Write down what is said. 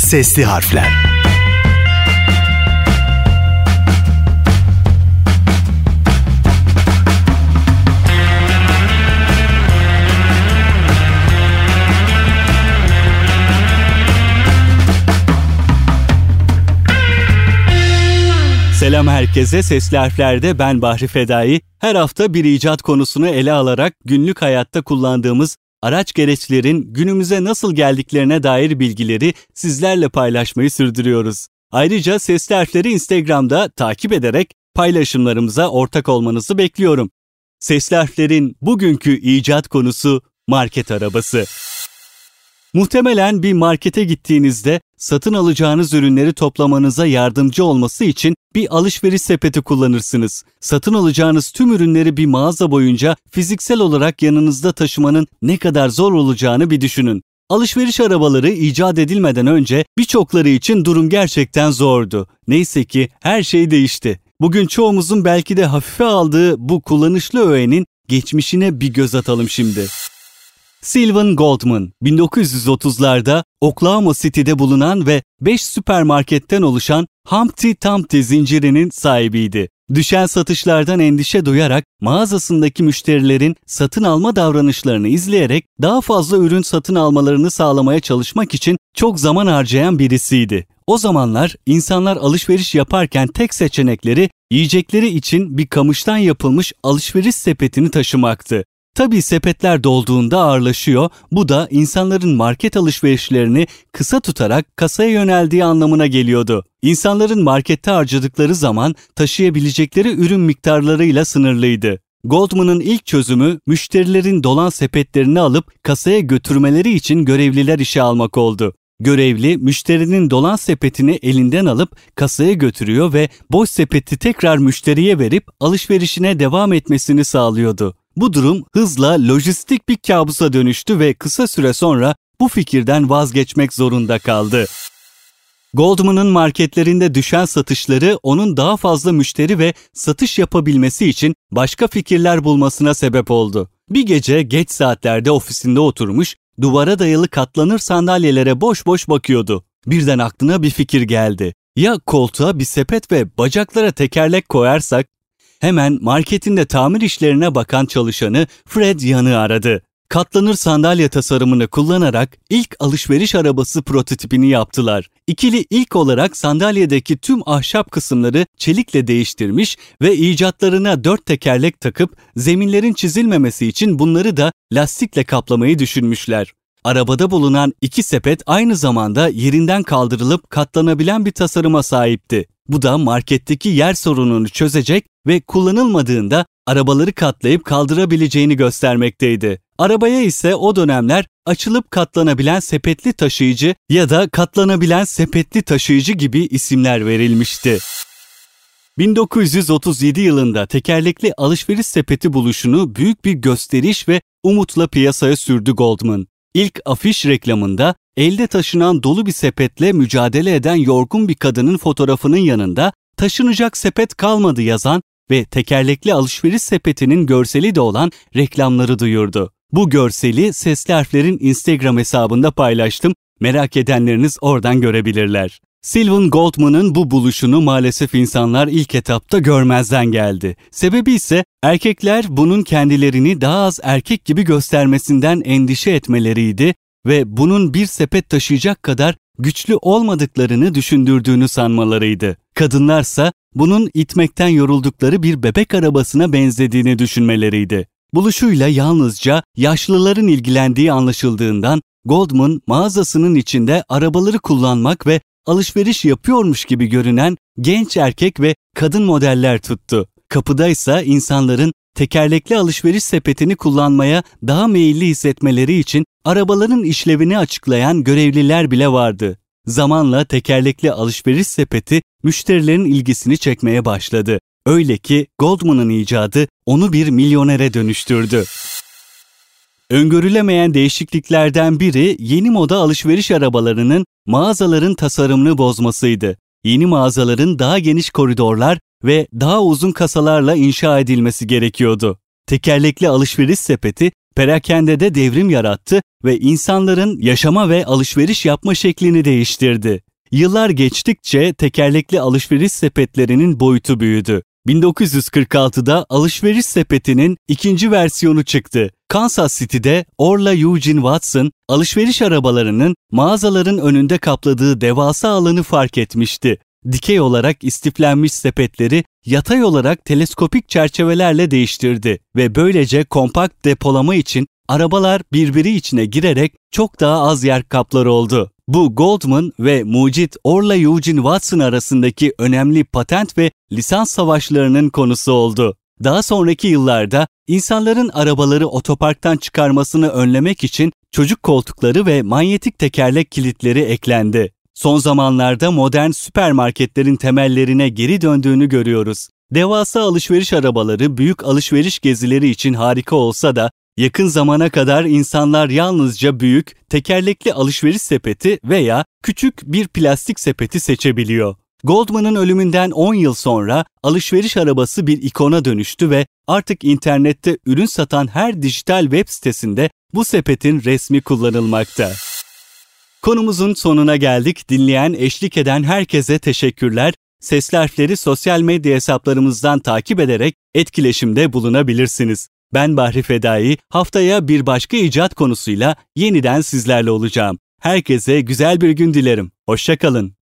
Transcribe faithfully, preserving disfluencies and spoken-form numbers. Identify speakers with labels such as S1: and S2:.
S1: Sesli Harfler.
S2: Selam herkese, Sesli Harfler'de ben Bahri Fedai. Her hafta bir icat konusunu ele alarak günlük hayatta kullandığımız araç gereçlerin günümüze nasıl geldiklerine dair bilgileri sizlerle paylaşmayı sürdürüyoruz. Ayrıca Sesli Harfleri Instagram'da takip ederek paylaşımlarımıza ortak olmanızı bekliyorum. Sesli Harfler'in bugünkü icat konusu market arabası. Muhtemelen bir markete gittiğinizde satın alacağınız ürünleri toplamanıza yardımcı olması için bir alışveriş sepeti kullanırsınız. Satın alacağınız tüm ürünleri bir mağaza boyunca fiziksel olarak yanınızda taşımanın ne kadar zor olacağını bir düşünün. Alışveriş arabaları icat edilmeden önce birçokları için durum gerçekten zordu. Neyse ki her şey değişti. Bugün çoğumuzun belki de hafife aldığı bu kullanışlı öğenin geçmişine bir göz atalım şimdi. Sylvan Goldman, bin dokuz yüz otuzlarda Oklahoma City'de bulunan ve beş süpermarketten oluşan Humpty Dumpty zincirinin sahibiydi. Düşen satışlardan endişe duyarak mağazasındaki müşterilerin satın alma davranışlarını izleyerek daha fazla ürün satın almalarını sağlamaya çalışmak için çok zaman harcayan birisiydi. O zamanlar insanlar alışveriş yaparken tek seçenekleri yiyecekleri için bir kamıştan yapılmış alışveriş sepetini taşımaktı. Tabii sepetler dolduğunda ağırlaşıyor, bu da insanların market alışverişlerini kısa tutarak kasaya yöneldiği anlamına geliyordu. İnsanların markette harcadıkları zaman taşıyabilecekleri ürün miktarlarıyla sınırlıydı. Goldman'ın ilk çözümü müşterilerin dolan sepetlerini alıp kasaya götürmeleri için görevliler işe almak oldu. Görevli müşterinin dolan sepetini elinden alıp kasaya götürüyor ve boş sepeti tekrar müşteriye verip alışverişine devam etmesini sağlıyordu. Bu durum hızla lojistik bir kabusa dönüştü ve kısa süre sonra bu fikirden vazgeçmek zorunda kaldı. Goldman'ın marketlerinde düşen satışları onun daha fazla müşteri ve satış yapabilmesi için başka fikirler bulmasına sebep oldu. Bir gece geç saatlerde ofisinde oturmuş, duvara dayalı katlanır sandalyelere boş boş bakıyordu. Birden aklına bir fikir geldi. Ya koltuğa bir sepet ve bacaklara tekerlek koyarsak? Hemen marketinde tamir işlerine bakan çalışanı Fred Young'ı aradı. Katlanır sandalye tasarımını kullanarak ilk alışveriş arabası prototipini yaptılar. İkili ilk olarak sandalyedeki tüm ahşap kısımları çelikle değiştirmiş ve icatlarına dört tekerlek takıp zeminlerin çizilmemesi için bunları da lastikle kaplamayı düşünmüşler. Arabada bulunan iki sepet aynı zamanda yerinden kaldırılıp katlanabilen bir tasarıma sahipti. Bu da marketteki yer sorununu çözecek ve kullanılmadığında arabaları katlayıp kaldırabileceğini göstermekteydi. Arabaya ise o dönemler açılıp katlanabilen sepetli taşıyıcı ya da katlanabilen sepetli taşıyıcı gibi isimler verilmişti. bin dokuz yüz otuz yedi yılında tekerlekli alışveriş sepeti buluşunu büyük bir gösteriş ve umutla piyasaya sürdü Goldman. İlk afiş reklamında elde taşınan dolu bir sepetle mücadele eden yorgun bir kadının fotoğrafının yanında taşınacak sepet kalmadı yazan ve tekerlekli alışveriş sepetinin görseli de olan reklamları duyurdu. Bu görseli Sesli Harfler'in Instagram hesabında paylaştım. Merak edenleriniz oradan görebilirler. Sylvan Goldman'ın bu buluşunu maalesef insanlar ilk etapta görmezden geldi. Sebebi ise erkekler bunun kendilerini daha az erkek gibi göstermesinden endişe etmeleriydi ve bunun bir sepet taşıyacak kadar güçlü olmadıklarını düşündürdüğünü sanmalarıydı. Kadınlarsa bunun itmekten yoruldukları bir bebek arabasına benzediğini düşünmeleriydi. Buluşuyla yalnızca yaşlıların ilgilendiği anlaşıldığından Goldman mağazasının içinde arabaları kullanmak ve alışveriş yapıyormuş gibi görünen genç erkek ve kadın modeller tuttu. Kapıdaysa insanların tekerlekli alışveriş sepetini kullanmaya daha meyilli hissetmeleri için arabaların işlevini açıklayan görevliler bile vardı. Zamanla tekerlekli alışveriş sepeti müşterilerin ilgisini çekmeye başladı. Öyle ki Goldman'ın icadı onu bir milyonere dönüştürdü. Öngörülemeyen değişikliklerden biri yeni moda alışveriş arabalarının mağazaların tasarımını bozmasıydı. Yeni mağazaların daha geniş koridorlar ve daha uzun kasalarla inşa edilmesi gerekiyordu. Tekerlekli alışveriş sepeti perakendede devrim yarattı ve insanların yaşama ve alışveriş yapma şeklini değiştirdi. Yıllar geçtikçe tekerlekli alışveriş sepetlerinin boyutu büyüdü. bin dokuz yüz kırk altıda alışveriş sepetinin ikinci versiyonu çıktı. Kansas City'de Orla Eugene Watson, alışveriş arabalarının mağazaların önünde kapladığı devasa alanı fark etmişti. Dikey olarak istiflenmiş sepetleri yatay olarak teleskopik çerçevelerle değiştirdi ve böylece kompakt depolama için arabalar birbiri içine girerek çok daha az yer kaplar oldu. Bu Goldman ve mucit Orla Eugene Watson arasındaki önemli patent ve lisans savaşlarının konusu oldu. Daha sonraki yıllarda insanların arabaları otoparktan çıkarmasını önlemek için çocuk koltukları ve manyetik tekerlek kilitleri eklendi. Son zamanlarda modern süpermarketlerin temellerine geri döndüğünü görüyoruz. Devasa alışveriş arabaları büyük alışveriş gezileri için harika olsa da yakın zamana kadar insanlar yalnızca büyük, tekerlekli alışveriş sepeti veya küçük bir plastik sepeti seçebiliyor. Goldman'ın ölümünden on yıl sonra alışveriş arabası bir ikona dönüştü ve artık internette ürün satan her dijital web sitesinde bu sepetin resmi kullanılmakta. Konumuzun sonuna geldik. Dinleyen, eşlik eden herkese teşekkürler. Sesli Harfleri sosyal medya hesaplarımızdan takip ederek etkileşimde bulunabilirsiniz. Ben Bahri Fedai, haftaya bir başka icat konusuyla yeniden sizlerle olacağım. Herkese güzel bir gün dilerim. Hoşça kalın.